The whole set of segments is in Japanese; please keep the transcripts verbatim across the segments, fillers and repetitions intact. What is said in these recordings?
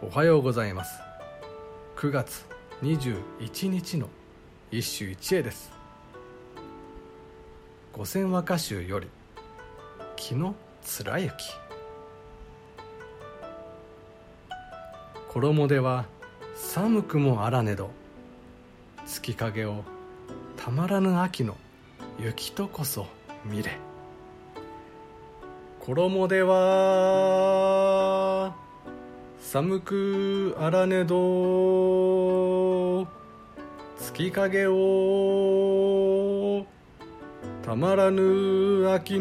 おはようございます。くがつにじゅういちにちの一首一会です。五線和歌集より紀貫之。衣では寒くもあらねど、月影をたまらぬ秋の雪とこそ見れ。衣では寒くあらねど、月影をたまらぬ秋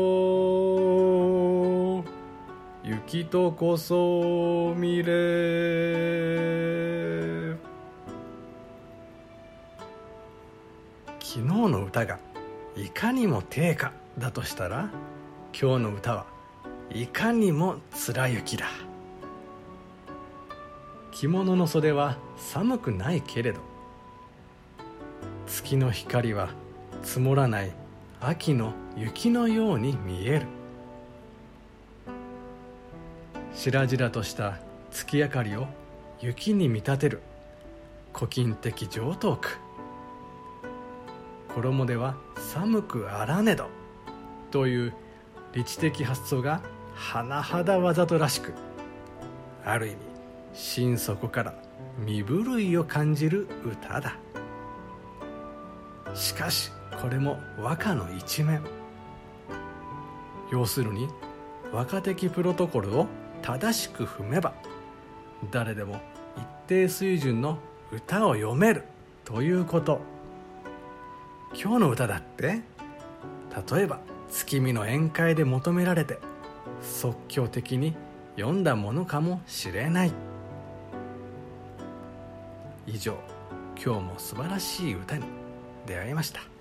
の雪とこそ見れ。昨日の歌がいかにも定歌だとしたら、今日の歌はいかにも貫之だ。着物の袖は寒くないけれど、月の光は積もらない秋の雪のように見える。白々とした月明かりを雪に見立てる古今的常套句。衣では寒くあらねどという理知的発想が甚だわざとらしく、ある意味心底から身震いを感じる歌だ。しかしこれも和歌の一面。要するに和歌的プロトコルを正しく踏めば、誰でも一定水準の歌を詠めるということ。今日の歌だって例えば月見の宴会で求められて即興的に詠んだものかもしれない。以上、今日も素晴らしい歌に出会いました。